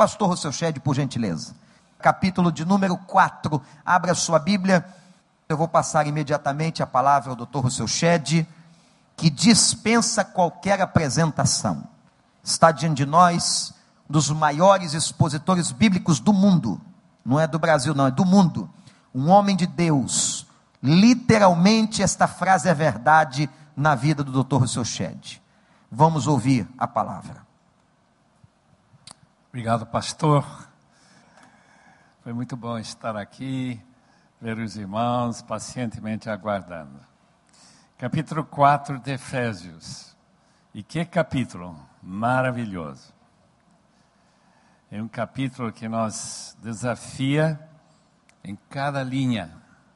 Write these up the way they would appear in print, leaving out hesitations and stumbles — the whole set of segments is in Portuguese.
pastor Rousseau Shedd, por gentileza. Capítulo de número 4. Abra sua Bíblia. Eu vou passar imediatamente a palavra ao Dr. Rousseau Shedd, que dispensa qualquer apresentação. Está diante de nós um dos maiores expositores bíblicos do mundo. Não é do Brasil, não, é do mundo. Um homem de Deus. Literalmente, esta frase é verdade na vida do Dr. Rousseau Shedd. Vamos ouvir a palavra. Obrigado, pastor. Foi muito bom estar aqui, ver os irmãos pacientemente aguardando. Capítulo 4 de Efésios. E que capítulo maravilhoso. É um capítulo que nos desafia em cada linha.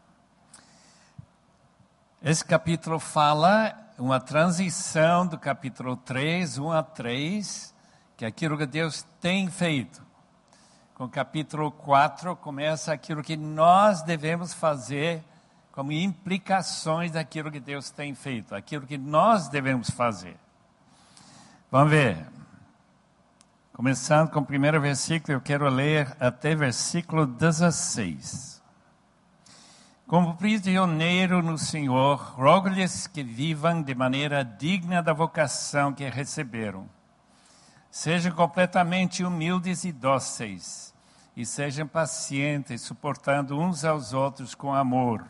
Esse capítulo fala uma transição do capítulo 3, 1 a 3, que é aquilo que Deus tem feito. Com o capítulo 4 começa aquilo que nós devemos fazer como implicações daquilo que Deus tem feito, aquilo que nós devemos fazer. Vamos ver. Começando com o primeiro versículo, eu quero ler até versículo 16. Como prisioneiro no Senhor, rogo-lhes que vivam de maneira digna da vocação que receberam. Sejam completamente humildes e dóceis, e sejam pacientes, suportando uns aos outros com amor.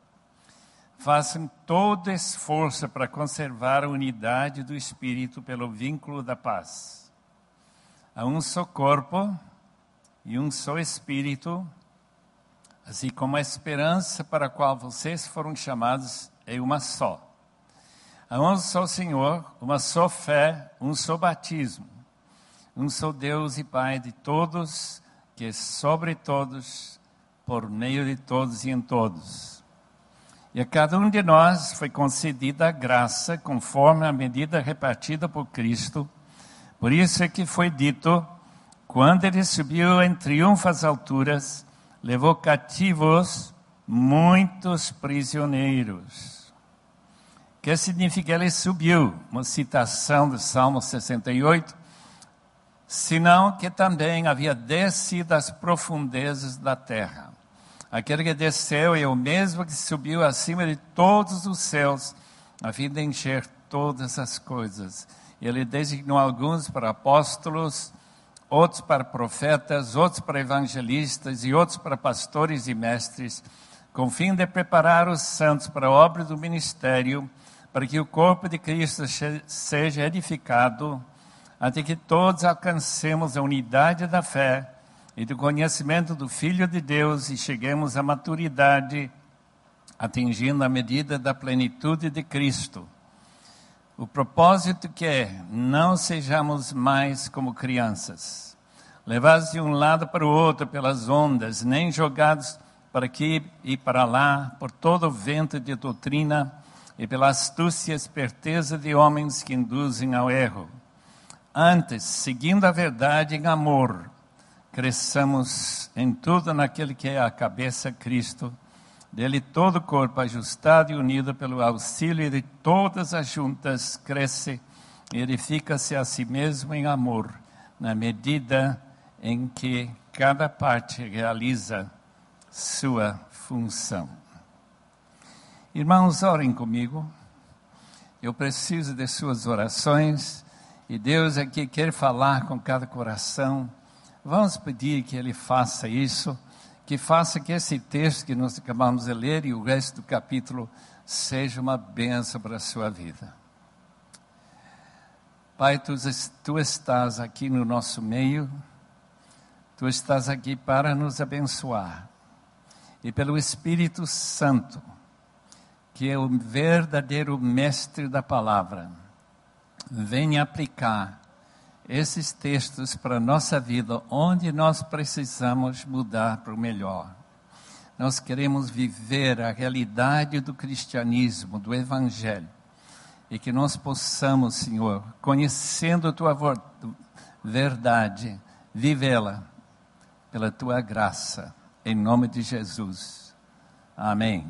Façam todo esforço para conservar a unidade do Espírito pelo vínculo da paz. Há um só corpo e um só Espírito, assim como a esperança para a qual vocês foram chamados é uma só. Há um só Senhor, uma só fé, um só batismo. Um só Deus e Pai de todos, que é sobre todos, por meio de todos e em todos. E a cada um de nós foi concedida a graça conforme a medida repartida por Cristo. Por isso é que foi dito, quando ele subiu em triunfo às alturas, levou cativos muitos prisioneiros. O que significa ele subiu? Uma citação do Salmo 68. Senão que também havia descido às profundezas da terra. Aquele que desceu é o mesmo que subiu acima de todos os céus, a fim de encher todas as coisas. Ele designou alguns para apóstolos, outros para profetas, outros para evangelistas e outros para pastores e mestres, com o fim de preparar os santos para a obra do ministério, para que o corpo de Cristo seja edificado, até que todos alcancemos a unidade da fé e do conhecimento do Filho de Deus e cheguemos à maturidade, atingindo a medida da plenitude de Cristo. O propósito que é, não sejamos mais como crianças, levados de um lado para o outro pelas ondas, nem jogados para aqui e para lá, por todo o vento de doutrina e pela astúcia e esperteza de homens que induzem ao erro. Antes, seguindo a verdade em amor, cresçamos em tudo naquele que é a cabeça, Cristo. Dele todo o corpo, ajustado e unido pelo auxílio de todas as juntas, cresce e edifica-se a si mesmo em amor, na medida em que cada parte realiza sua função. Irmãos, orem comigo. Eu preciso de suas orações. E Deus aqui quer falar com cada coração. Vamos pedir que Ele faça isso, que faça que esse texto que nós acabamos de ler e o resto do capítulo seja uma bênção para a sua vida. Pai, Tu estás aqui no nosso meio, Tu estás aqui para nos abençoar. E pelo Espírito Santo, que é o verdadeiro mestre da palavra, venha aplicar esses textos para a nossa vida, onde nós precisamos mudar para o melhor. Nós queremos viver a realidade do cristianismo, do Evangelho, e que nós possamos, Senhor, conhecendo a Tua verdade, vivê-la pela Tua graça, em nome de Jesus. Amém.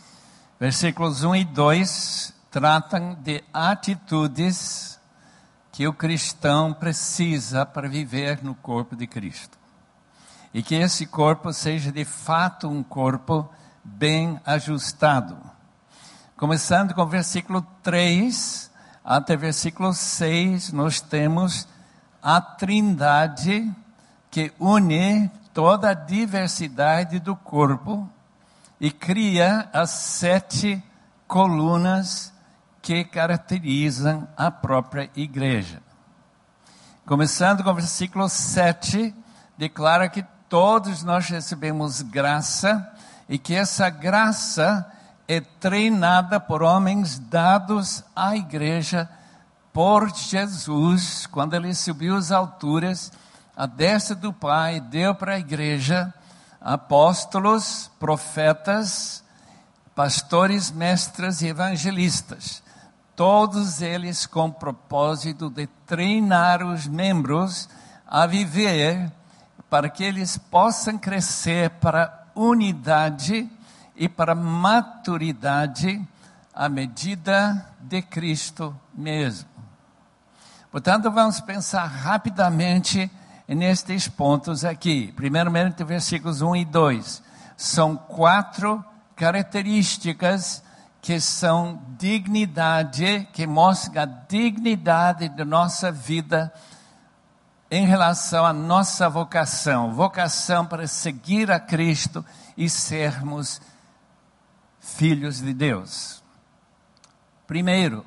Versículos 1 e 2 tratam de atitudes que o cristão precisa para viver no corpo de Cristo. E que esse corpo seja de fato um corpo bem ajustado. Começando com o versículo 3 até versículo 6, nós temos a Trindade que une toda a diversidade do corpo e cria as 7 colunas que caracterizam a própria igreja. Começando com o versículo 7, declara que todos nós recebemos graça e que essa graça é treinada por homens dados à igreja por Jesus, quando ele subiu às alturas, à destra do Pai, deu para a igreja apóstolos, profetas, pastores, mestres e evangelistas. Todos eles com o propósito de treinar os membros a viver para que eles possam crescer para unidade e para maturidade à medida de Cristo mesmo. Portanto, vamos pensar rapidamente nestes pontos aqui. Primeiramente, versículos 1 e 2. São 4 características que são dignidade, que mostram a dignidade da nossa vida em relação à nossa vocação. Vocação para seguir a Cristo e sermos filhos de Deus. Primeiro,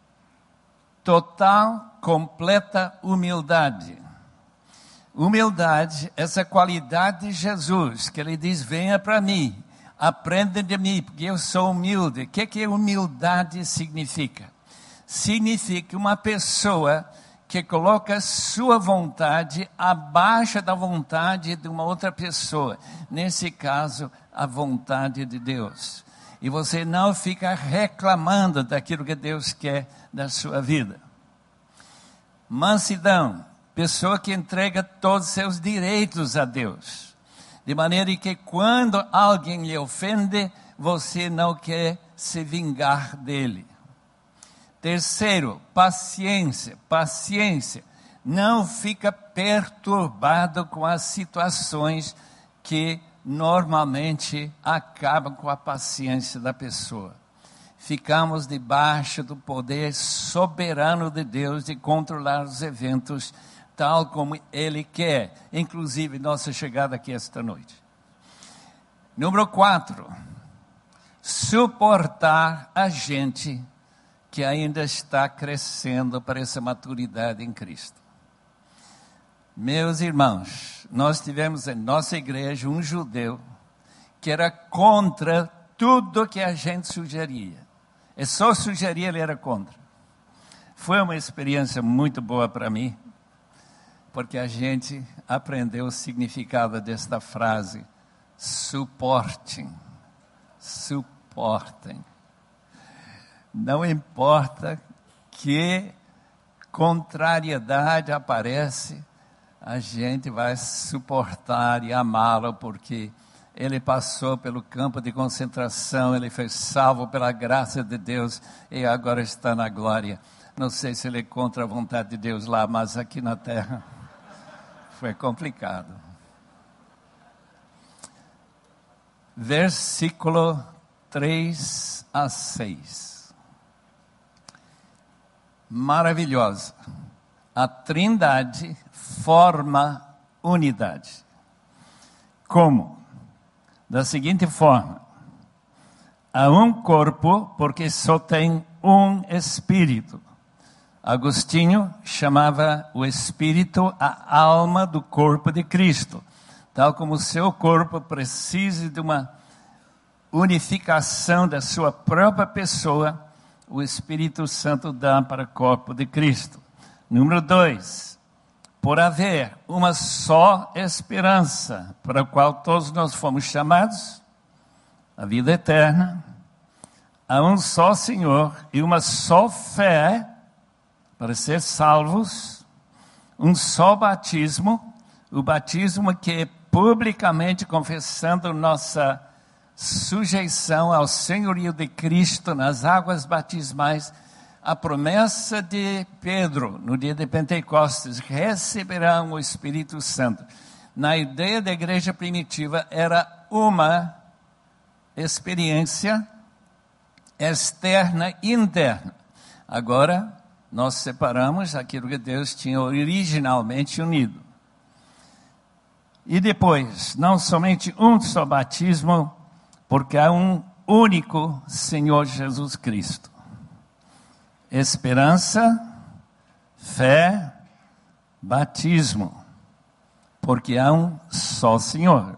total, completa humildade. Humildade, essa qualidade de Jesus, que ele diz, venha para mim, aprenda de mim, porque eu sou humilde. O que humildade significa? Significa uma pessoa que coloca sua vontade abaixo da vontade de uma outra pessoa. Nesse caso, a vontade de Deus. E você não fica reclamando daquilo que Deus quer da sua vida. Mansidão, pessoa que entrega todos os seus direitos a Deus. De maneira que quando alguém lhe ofende, você não quer se vingar dele. Terceiro, paciência. Paciência. Não fica perturbado com as situações que normalmente acabam com a paciência da pessoa. Ficamos debaixo do poder soberano de Deus de controlar os eventos tal como Ele quer. Inclusive, nossa chegada aqui esta noite. Número 4. Suportar a gente que ainda está crescendo para essa maturidade em Cristo. Meus irmãos, nós tivemos em nossa igreja um judeu que era contra tudo que a gente sugeria. É só sugerir, ele era contra. Foi uma experiência muito boa para mim, porque a gente aprendeu o significado desta frase, suportem, suportem. Não importa que contrariedade aparece, a gente vai suportar e amá-lo, porque ele passou pelo campo de concentração, ele foi salvo pela graça de Deus e agora está na glória. Não sei se ele é contra a vontade de Deus lá, mas aqui na terra foi complicado. Versículo 3 a 6. Maravilhosa. A Trindade forma unidade. Como? Da seguinte forma: há um corpo, porque só tem um Espírito. Agostinho chamava o Espírito a alma do corpo de Cristo. Tal como o seu corpo precisa de uma unificação da sua própria pessoa, o Espírito Santo dá para o corpo de Cristo. Número 2. Por haver uma só esperança, para a qual todos nós fomos chamados, a vida eterna, há um só Senhor e uma só fé, para ser salvos, um só batismo, o batismo que é publicamente confessando nossa sujeição ao senhorio de Cristo nas águas batismais, a promessa de Pedro, no dia de Pentecostes, receberão o Espírito Santo. Na ideia da igreja primitiva, era uma experiência externa e interna. Agora, nós separamos aquilo que Deus tinha originalmente unido. E depois, não somente um só batismo, porque há um único Senhor Jesus Cristo. Esperança, fé, batismo, porque há um só Senhor.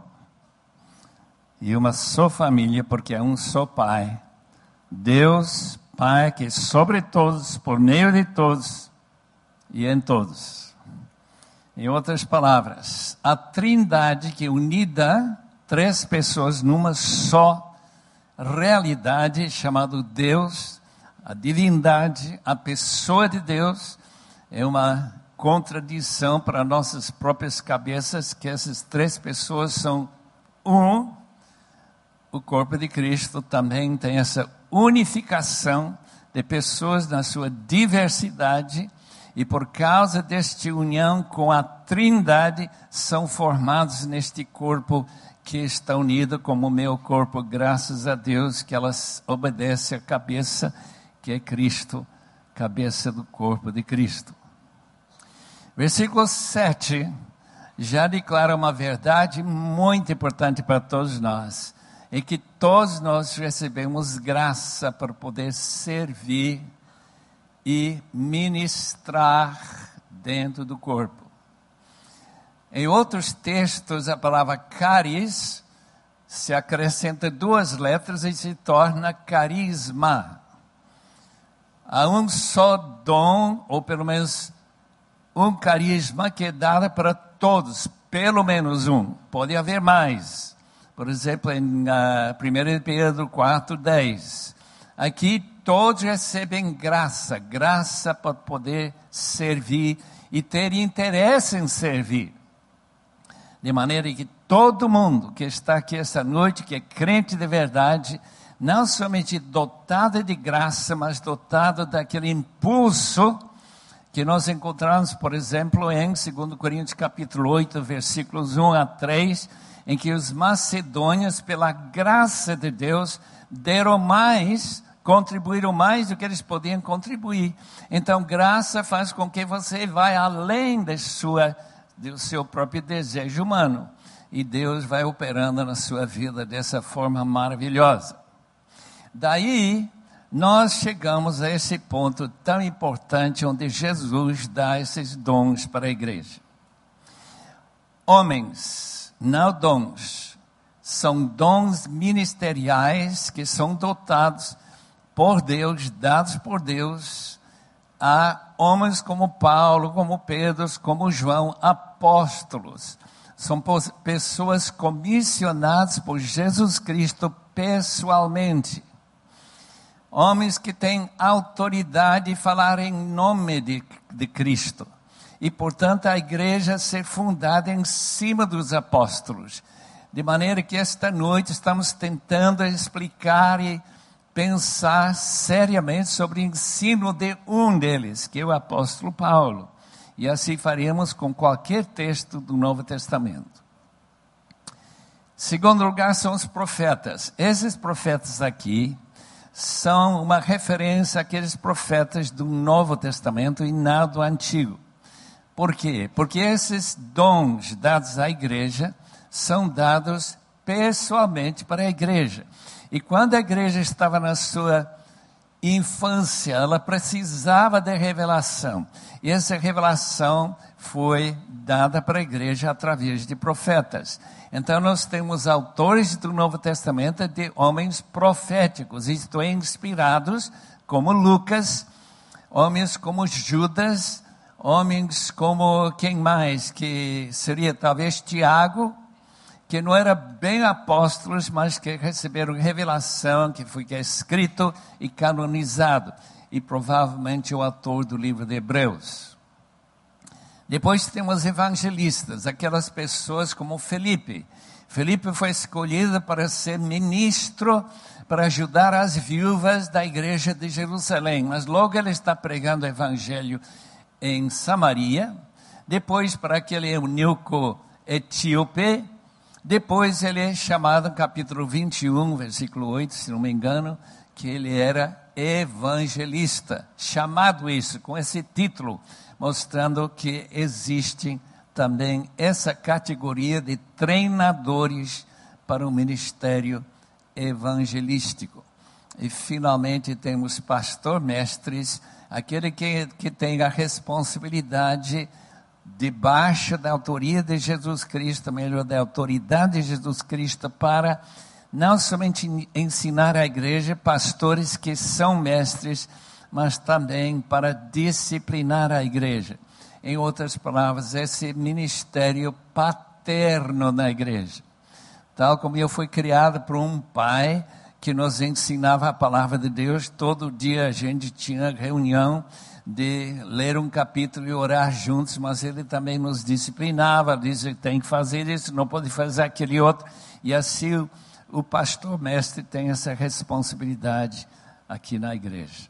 E uma só família, porque há um só Pai. Deus, Pai, que é sobre todos, por meio de todos e em todos. Em outras palavras, a Trindade que é unida, 3 pessoas numa só realidade, chamado Deus, a divindade, a pessoa de Deus, é uma contradição para nossas próprias cabeças, que essas 3 pessoas são um. O corpo de Cristo também tem essa unificação de pessoas na sua diversidade, e por causa desta união com a Trindade, são formados neste corpo que está unido como o meu corpo, graças a Deus, que elas obedecem à cabeça, que é Cristo, cabeça do corpo de Cristo. Versículo 7 já declara uma verdade muito importante para todos nós, é que todos nós recebemos graça para poder servir e ministrar dentro do corpo. Em outros textos, a palavra caris se acrescenta 2 letras e se torna carisma. Há um só dom, ou pelo menos um carisma que é dado para todos, pelo menos um. Pode haver mais. Por exemplo, em 1 Pedro 4:10. Aqui todos recebem graça para poder servir e ter interesse em servir. De maneira que todo mundo que está aqui esta noite, que é crente de verdade, não somente dotado de graça, mas dotado daquele impulso que nós encontramos, por exemplo, em 2 Coríntios capítulo 8, versículos 1 a 3, em que os macedônios, pela graça de Deus, deram mais, contribuíram mais do que eles podiam contribuir. Então, graça faz com que você vá além do seu próprio desejo humano. E Deus vai operando na sua vida dessa forma maravilhosa. Daí, nós chegamos a esse ponto tão importante, onde Jesus dá esses dons para a igreja. Homens, não dons, são dons ministeriais que são dotados por Deus, dados por Deus a homens como Paulo, como Pedro, como João, apóstolos. São pessoas comissionadas por Jesus Cristo pessoalmente. Homens que têm autoridade de falar em nome de Cristo. E, portanto, a igreja ser fundada em cima dos apóstolos. De maneira que esta noite estamos tentando explicar e pensar seriamente sobre o ensino de um deles, que é o apóstolo Paulo. E assim faremos com qualquer texto do Novo Testamento. Segundo lugar, são os profetas. Esses profetas aqui são uma referência àqueles profetas do Novo Testamento e não do Antigo. Por quê? Porque esses dons dados à igreja são dados pessoalmente para a igreja. E quando a igreja estava na sua infância, ela precisava de revelação. E essa revelação foi dada para a igreja através de profetas. Então nós temos autores do Novo Testamento de homens proféticos, isto é, inspirados, como Lucas, homens como Judas, homens como quem mais, que seria talvez Tiago, que não era bem apóstolos, mas que receberam revelação, que foi escrito e canonizado, e provavelmente o autor do livro de Hebreus. Depois temos evangelistas, aquelas pessoas como Felipe. Felipe foi escolhido para ser ministro, para ajudar as viúvas da igreja de Jerusalém. Mas logo ele está pregando o evangelho em Samaria. Depois para aquele eunuco etíope. Depois ele é chamado, no capítulo 21, versículo 8, se não me engano, que ele era evangelista. Chamado isso, com esse título, mostrando que existe também essa categoria de treinadores para o ministério evangelístico. E finalmente temos pastor-mestres, aquele que tem a responsabilidade debaixo da autoria de Jesus Cristo, melhor, da autoridade de Jesus Cristo, para não somente ensinar a igreja, pastores que são mestres, mas também para disciplinar a igreja. Em outras palavras, esse ministério paterno na igreja. Tal como eu fui criado por um pai que nos ensinava a palavra de Deus, todo dia a gente tinha reunião de ler um capítulo e orar juntos, mas ele também nos disciplinava, dizia que tem que fazer isso, não pode fazer aquele outro. E assim o pastor mestre tem essa responsabilidade aqui na igreja.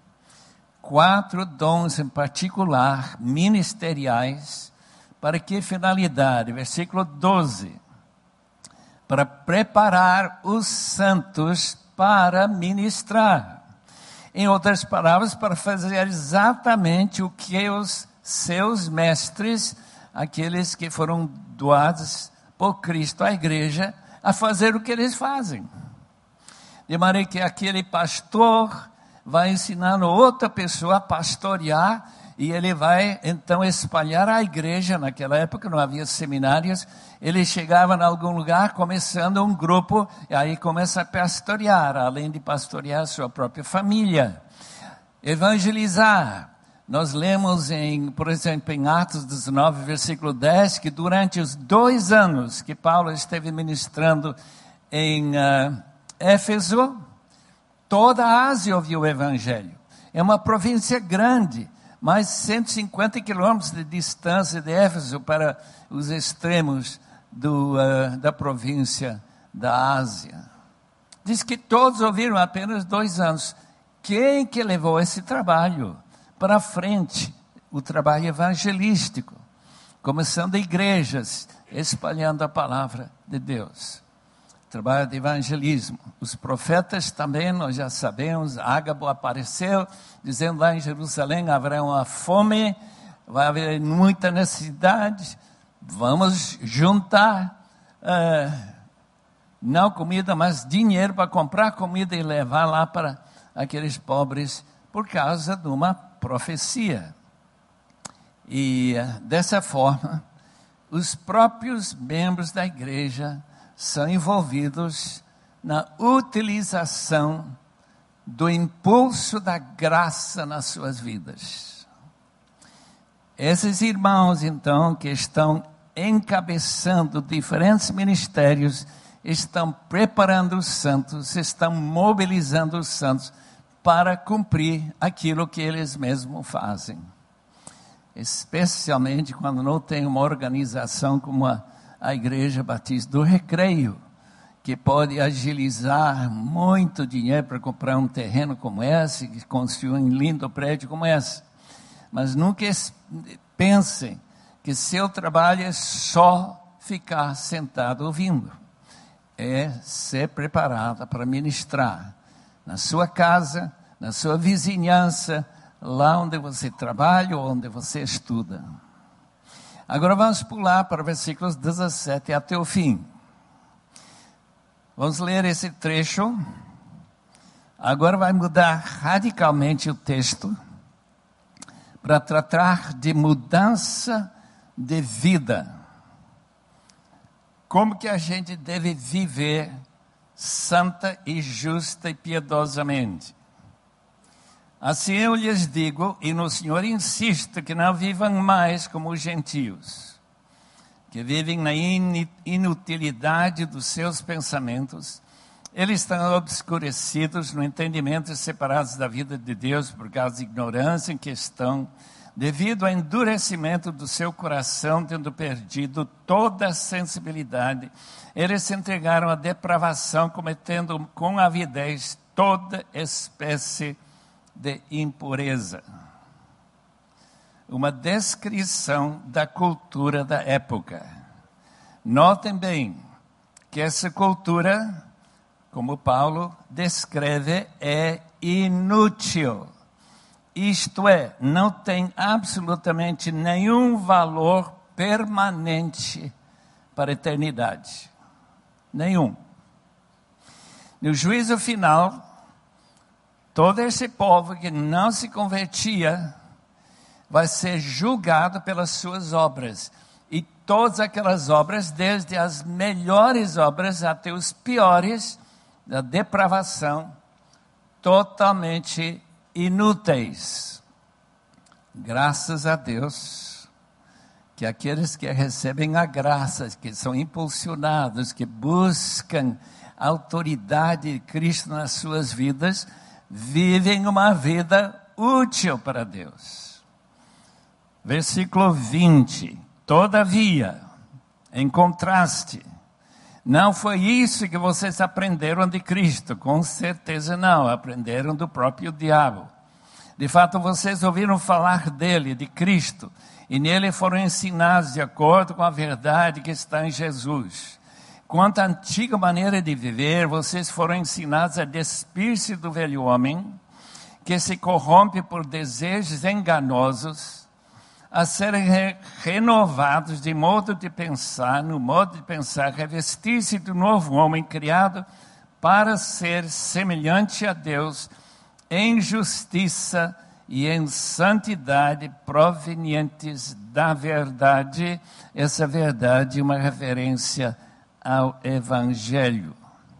4 dons em particular, ministeriais, para que finalidade? Versículo 12. Para preparar os santos para ministrar. Em outras palavras, para fazer exatamente o que os seus mestres, aqueles que foram doados por Cristo à igreja, a fazer o que eles fazem. De maneira que aquele pastor vai ensinando outra pessoa a pastorear, e ele vai então espalhar a igreja. Naquela época não havia seminários, ele chegava em algum lugar começando um grupo, e aí começa a pastorear, além de pastorear a sua própria família. Evangelizar. Nós lemos, por exemplo, em Atos 19, versículo 10, que durante os 2 anos que Paulo esteve ministrando em Éfeso, toda a Ásia ouviu o evangelho. É uma província grande, mais 150 quilômetros de distância de Éfeso para os extremos da província da Ásia. Diz que todos ouviram apenas 2 anos. Quem que levou esse trabalho para frente? O trabalho evangelístico, começando igrejas, espalhando a palavra de Deus. Trabalho de evangelismo. Os profetas também, nós já sabemos, Ágabo apareceu, dizendo lá em Jerusalém, haverá uma fome, vai haver muita necessidade, vamos juntar, não comida, mas dinheiro para comprar comida e levar lá para aqueles pobres, por causa de uma profecia. E dessa forma, os próprios membros da igreja são envolvidos na utilização do impulso da graça nas suas vidas. Esses irmãos, então, que estão encabeçando diferentes ministérios, estão preparando os santos, estão mobilizando os santos para cumprir aquilo que eles mesmos fazem. Especialmente quando não tem uma organização como a Igreja Batista do Recreio, que pode agilizar muito dinheiro para comprar um terreno como esse, que construir um lindo prédio como esse. Mas nunca pensem que seu trabalho é só ficar sentado ouvindo. É ser preparado para ministrar na sua casa, na sua vizinhança, lá onde você trabalha ou onde você estuda. Agora vamos pular para versículos 17 até o fim. Vamos ler esse trecho. Agora vai mudar radicalmente o texto para tratar de mudança de vida. Como que a gente deve viver santa e justa e piedosamente. Assim eu lhes digo, e no Senhor insisto, que não vivam mais como os gentios, que vivem na inutilidade dos seus pensamentos. Eles estão obscurecidos no entendimento e separados da vida de Deus por causa da ignorância em que estão devido ao endurecimento do seu coração, tendo perdido toda a sensibilidade, eles se entregaram à depravação, cometendo com avidez toda espécie de impureza. Uma descrição da cultura da época. Notem bem que essa cultura, como Paulo descreve, é inútil. Isto é, não tem absolutamente nenhum valor permanente para a eternidade. Nenhum. No juízo final, todo esse povo que não se convertia vai ser julgado pelas suas obras. E todas aquelas obras, desde as melhores obras até os piores, da depravação, totalmente inúteis. Graças a Deus, que aqueles que recebem a graça, que são impulsionados, que buscam a autoridade de Cristo nas suas vidas, vivem uma vida útil para Deus. Versículo 20. Todavia, em contraste, não foi isso que vocês aprenderam de Cristo, com certeza não, aprenderam do próprio diabo. De fato, vocês ouviram falar dele, de Cristo, e nele foram ensinados de acordo com a verdade que está em Jesus. Quanto à antiga maneira de viver, vocês foram ensinados a despir-se do velho homem, que se corrompe por desejos enganosos, a serem renovados de modo de pensar, no modo de pensar, revestir-se do novo homem criado para ser semelhante a Deus em justiça e em santidade provenientes da verdade. Essa verdade é uma referência ao Evangelho.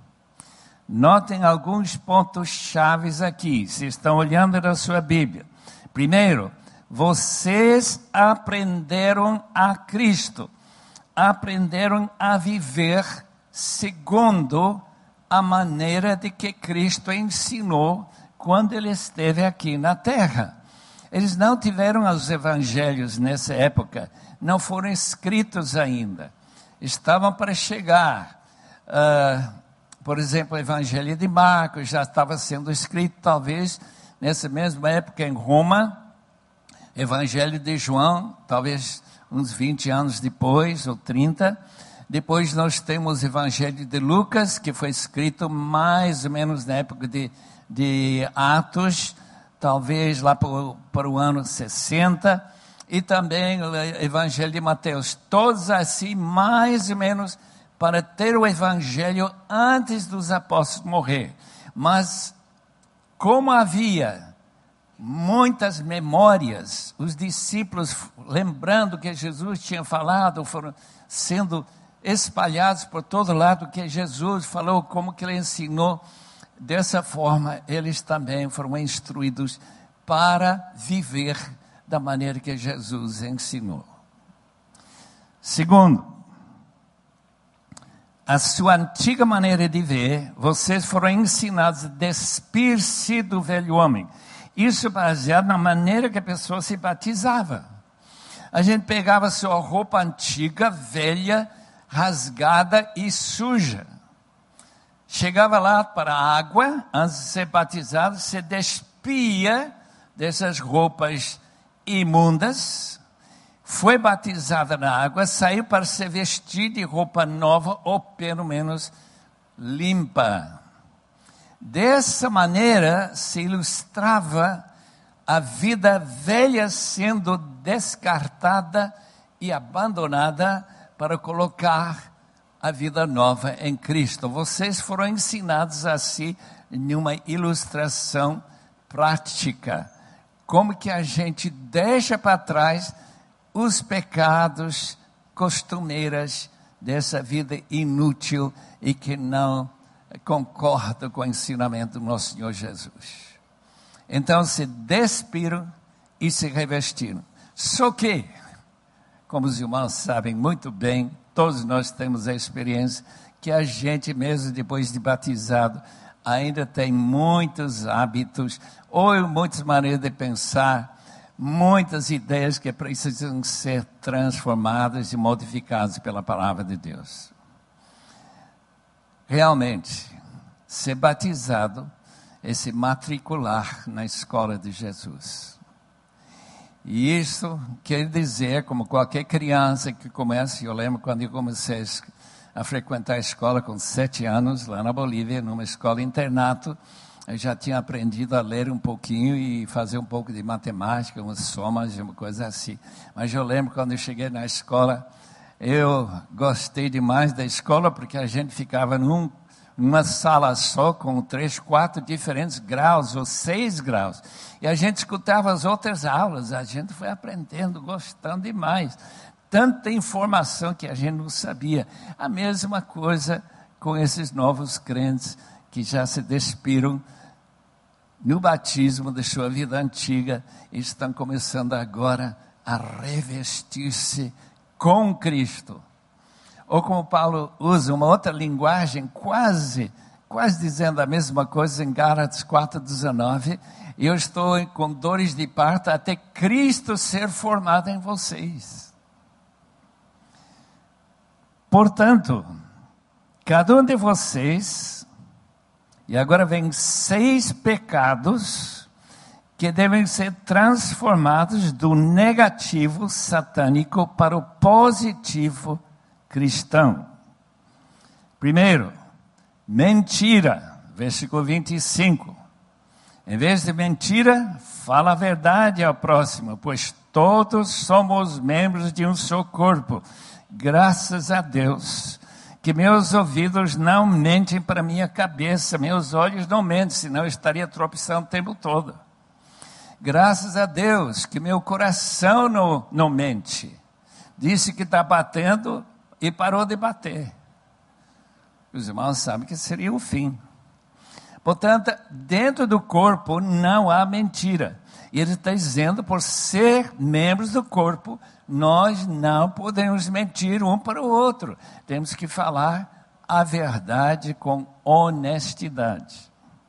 Notem alguns pontos chaves aqui, se estão olhando na sua Bíblia. Primeiro, vocês aprenderam a Cristo, aprenderam a viver segundo a maneira de que Cristo ensinou quando ele esteve aqui na terra. Eles não tiveram os evangelhos nessa época, não foram escritos ainda, estavam para chegar. Por exemplo, o evangelho de Marcos já estava sendo escrito, talvez, nessa mesma época em Roma. Evangelho de João, talvez uns 20 anos depois, ou 30. Depois nós temos o Evangelho de Lucas, que foi escrito mais ou menos na época de Atos, talvez lá para o ano 60. E também o Evangelho de Mateus. Todos assim, mais ou menos, para ter o Evangelho antes dos apóstolos morrer. Mas, como havia muitas memórias, os discípulos, lembrando que Jesus tinha falado, foram sendo espalhados por todo lado, que Jesus falou, como que ele ensinou. Dessa forma, eles também foram instruídos para viver da maneira que Jesus ensinou. Segundo, a sua antiga maneira de ver, vocês foram ensinados a despir-se do velho homem. Isso baseado na maneira que a pessoa se batizava. A gente pegava sua roupa antiga, velha, rasgada e suja. Chegava lá para a água, antes de ser batizado, se despia dessas roupas imundas, foi batizada na água, saiu para se vestir de roupa nova, ou pelo menos limpa. Dessa maneira se ilustrava a vida velha sendo descartada e abandonada para colocar a vida nova em Cristo. Vocês foram ensinados assim, em uma ilustração prática. Como que a gente deixa para trás os pecados costumeiras dessa vida inútil e que não concorda com o ensinamento do nosso Senhor Jesus. Então se despiram e se revestiram. Só que, como os irmãos sabem muito bem, todos nós temos a experiência que a gente mesmo depois de batizado ainda tem muitos hábitos ou muitas maneiras de pensar muitas ideias que precisam ser transformadas e modificadas pela palavra de Deus. Realmente, ser batizado é se matricular na escola de Jesus. E isso quer dizer, como qualquer criança que começa, eu lembro quando eu comecei a frequentar a escola com 7 anos, lá na Bolívia, numa escola internato, eu já tinha aprendido a ler um pouquinho e fazer um pouco de matemática, umas somas, uma coisa assim. Mas eu lembro quando eu cheguei na escola, eu gostei demais da escola, porque a gente ficava numa sala só, com 3, 4 diferentes graus, ou 6 graus. E a gente escutava as outras aulas, a gente foi aprendendo, gostando demais. Tanta informação que a gente não sabia. A mesma coisa com esses novos crentes que já se despiram no batismo da sua vida antiga e estão começando agora a revestir-se com Cristo. Ou como Paulo usa uma outra linguagem, quase dizendo a mesma coisa em Gálatas 4:19, eu estou com dores de parto até Cristo ser formado em vocês. Portanto, cada um de vocês, e agora vem 6 pecados que devem ser transformados do negativo satânico para o positivo cristão. Primeiro, mentira, versículo 25. Em vez de mentira, fala a verdade ao próximo, pois todos somos membros de um só corpo. Graças a Deus que meus ouvidos não mentem para minha cabeça, meus olhos não mentem, senão eu estaria tropeçando o tempo todo. Graças a Deus que meu coração não mente. Disse que está batendo e parou de bater. Os irmãos sabem que seria o fim. Portanto, dentro do corpo não há mentira. E ele está dizendo, por ser membros do corpo, nós não podemos mentir um para o outro. Temos que falar a verdade com honestidade.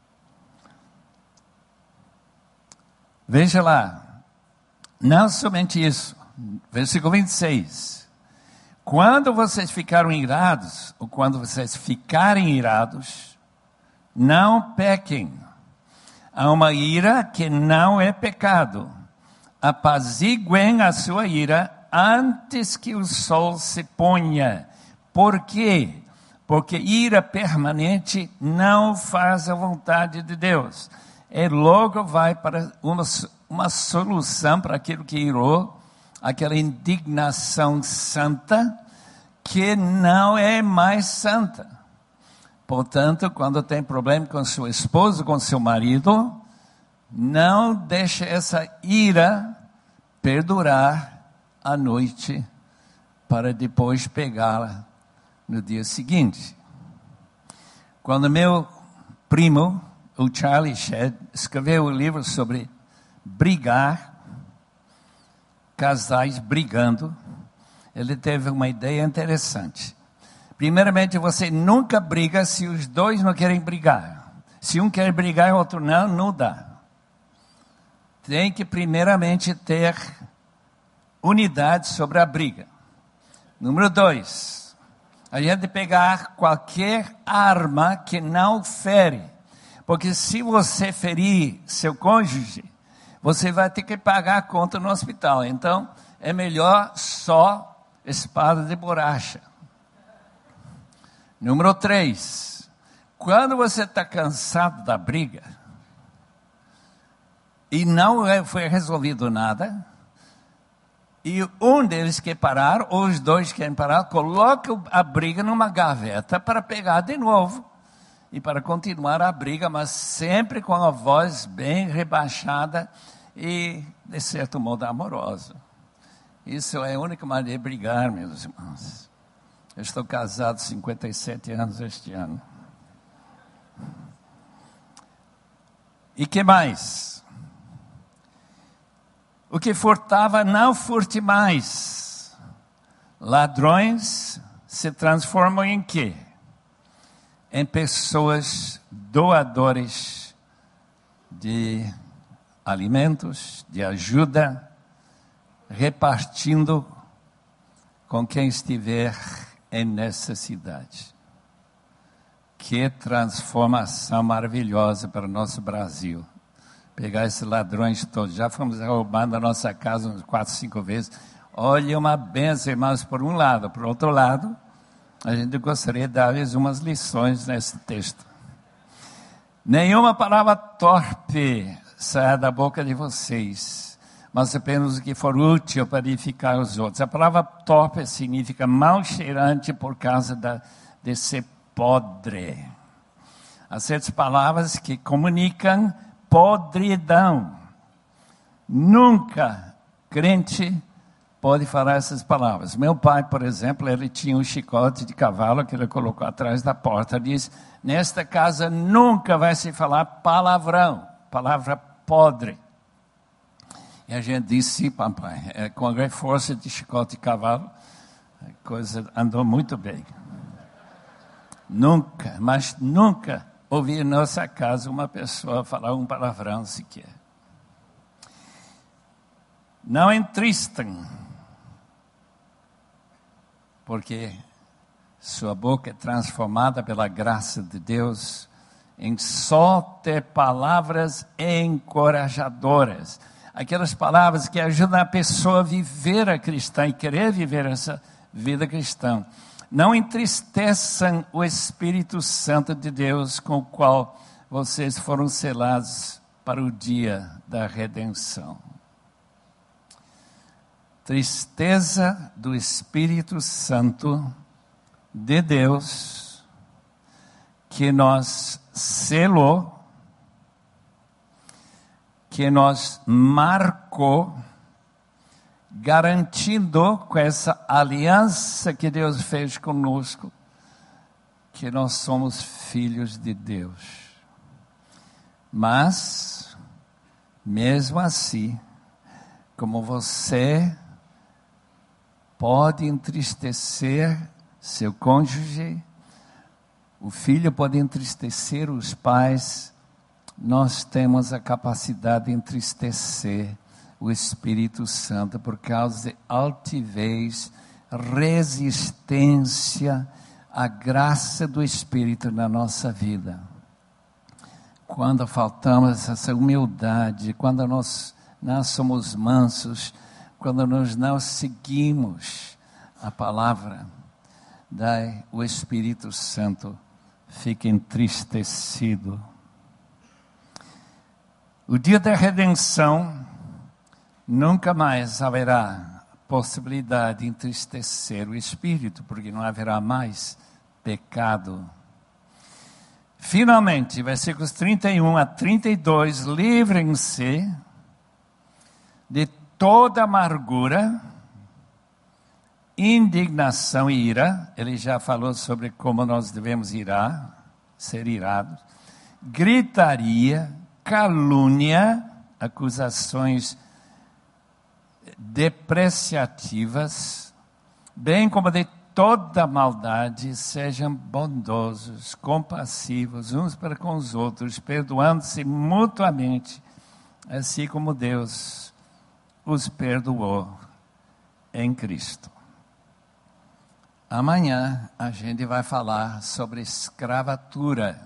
Veja lá, não somente isso. Versículo 26. Quando vocês ficaram irados, ou quando vocês ficarem irados, não pequem. Há uma ira que não é pecado. Apaziguem a sua ira antes que o sol se ponha. Por quê? Porque ira permanente não faz a vontade de Deus. E logo vai para uma solução para aquilo que irou, aquela indignação santa, que não é mais santa. Portanto, quando tem problema com seu esposo, com seu marido, não deixe essa ira perdurar à noite para depois pegá-la no dia seguinte. Quando meu primo, o Charlie Shedd, escreveu um livro sobre brigar, casais brigando, ele teve uma ideia interessante. Primeiramente, você nunca briga se os dois não querem brigar. Se um quer brigar e o outro não dá. Tem que primeiramente ter unidade sobre a briga. Número 2, a gente pegar qualquer arma que não fere. Porque se você ferir seu cônjuge, você vai ter que pagar a conta no hospital. Então, é melhor só espada de borracha. Número 3, quando você está cansado da briga e não foi resolvido nada, e um deles quer parar, ou os dois querem parar, coloca a briga numa gaveta para pegar de novo e para continuar a briga, mas sempre com a voz bem rebaixada e, de certo modo, amorosa. Isso é a única maneira de brigar, meus irmãos. Eu estou casado 57 anos este ano. E que mais? O que furtava, não furte mais. Ladrões se transformam em quê? Em pessoas doadores de alimentos, de ajuda, repartindo com quem estiver em necessidade. Que transformação maravilhosa para o nosso Brasil. Pegar esses ladrões todos. Já fomos roubando a nossa casa uns 4, 5 vezes. Olha, uma bênção, irmãos, por um lado. Por outro lado, a gente gostaria de dar-lhes umas lições nesse texto. Nenhuma palavra torpe saia da boca de vocês, mas apenas o que for útil para edificar os outros. A palavra torpe significa mal cheirante por causa de ser podre. Há certas palavras que comunicam podridão. Nunca crente pode falar essas palavras. Meu pai, por exemplo, ele tinha um chicote de cavalo que ele colocou atrás da porta. Diz: nesta casa nunca vai se falar palavrão, palavra podre. E a gente disse: sim, papai, com a reforço de chicote de cavalo, a coisa andou muito bem. Nunca, mas nunca ouvi em nossa casa uma pessoa falar um palavrão sequer. Não entristem, porque sua boca é transformada pela graça de Deus em só ter palavras encorajadoras. Aquelas palavras que ajudam a pessoa a viver a cristã e querer viver essa vida cristã. Não entristeçam o Espírito Santo de Deus, com o qual vocês foram selados para o dia da redenção. Tristeza do Espírito Santo de Deus, que nos selou, que nos marcou, garantindo com essa aliança que Deus fez conosco, que nós somos filhos de Deus. Mas, mesmo assim, como você pode entristecer seu cônjuge, o filho pode entristecer os pais, nós temos a capacidade de entristecer o Espírito Santo por causa de altivez, resistência à graça do Espírito na nossa vida. Quando faltamos essa humildade, quando nós não somos mansos, quando nós não seguimos a palavra, daí o Espírito Santo fica entristecido. O dia da redenção, nunca mais haverá possibilidade de entristecer o Espírito, porque não haverá mais pecado. Finalmente, versículos 31 a 32, livrem-se de toda amargura, indignação e ira. Ele já falou sobre como nós devemos ser irados. Gritaria, calúnia, acusações depreciativas, bem como de toda maldade. Sejam bondosos, compassivos uns para com os outros, perdoando-se mutuamente, assim como Deus os perdoou em Cristo. Amanhã a gente vai falar sobre escravatura.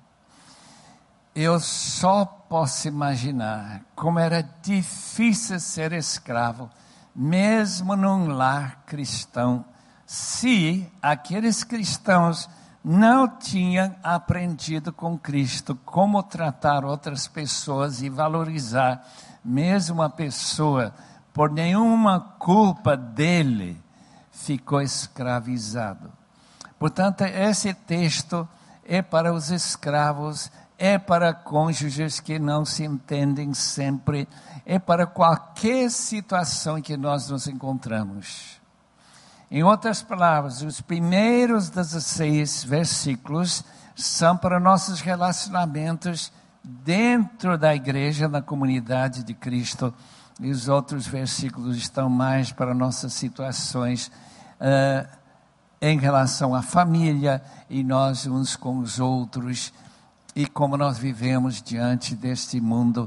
Eu só posso imaginar como era difícil ser escravo, mesmo num lar cristão, se aqueles cristãos não tinham aprendido com Cristo como tratar outras pessoas e valorizar mesmo a pessoa, por nenhuma culpa dele, ficou escravizado. Portanto, esse texto é para os escravos, é para cônjuges que não se entendem sempre, é para qualquer situação em que nós nos encontramos. Em outras palavras, os primeiros 16 versículos são para nossos relacionamentos dentro da igreja, na comunidade de Cristo, e os outros versículos estão mais para nossas situações em relação à família e nós uns com os outros, e como nós vivemos diante deste mundo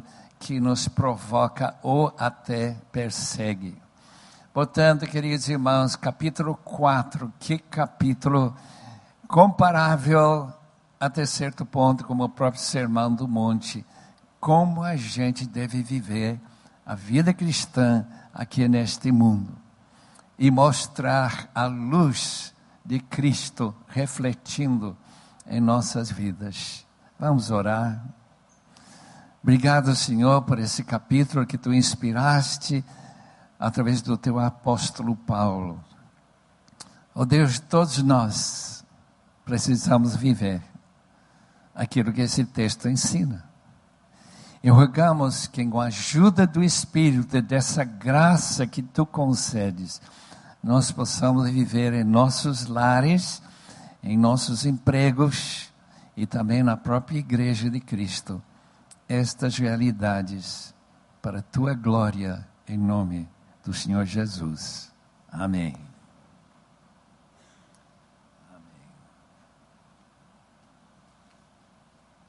que nos provoca ou até persegue. Portanto, queridos irmãos, capítulo 4, que capítulo comparável até certo ponto com o próprio Sermão do Monte, como a gente deve viver a vida cristã aqui neste mundo e mostrar a luz de Cristo refletindo em nossas vidas. Vamos orar. Obrigado, Senhor, por esse capítulo que Tu inspiraste através do Teu apóstolo Paulo. Oh Deus, todos nós precisamos viver aquilo que esse texto ensina. E rogamos que com a ajuda do Espírito, dessa graça que Tu concedes, nós possamos viver em nossos lares, em nossos empregos e também na própria igreja de Cristo, estas realidades para a Tua glória, em nome do Senhor Jesus. Amém.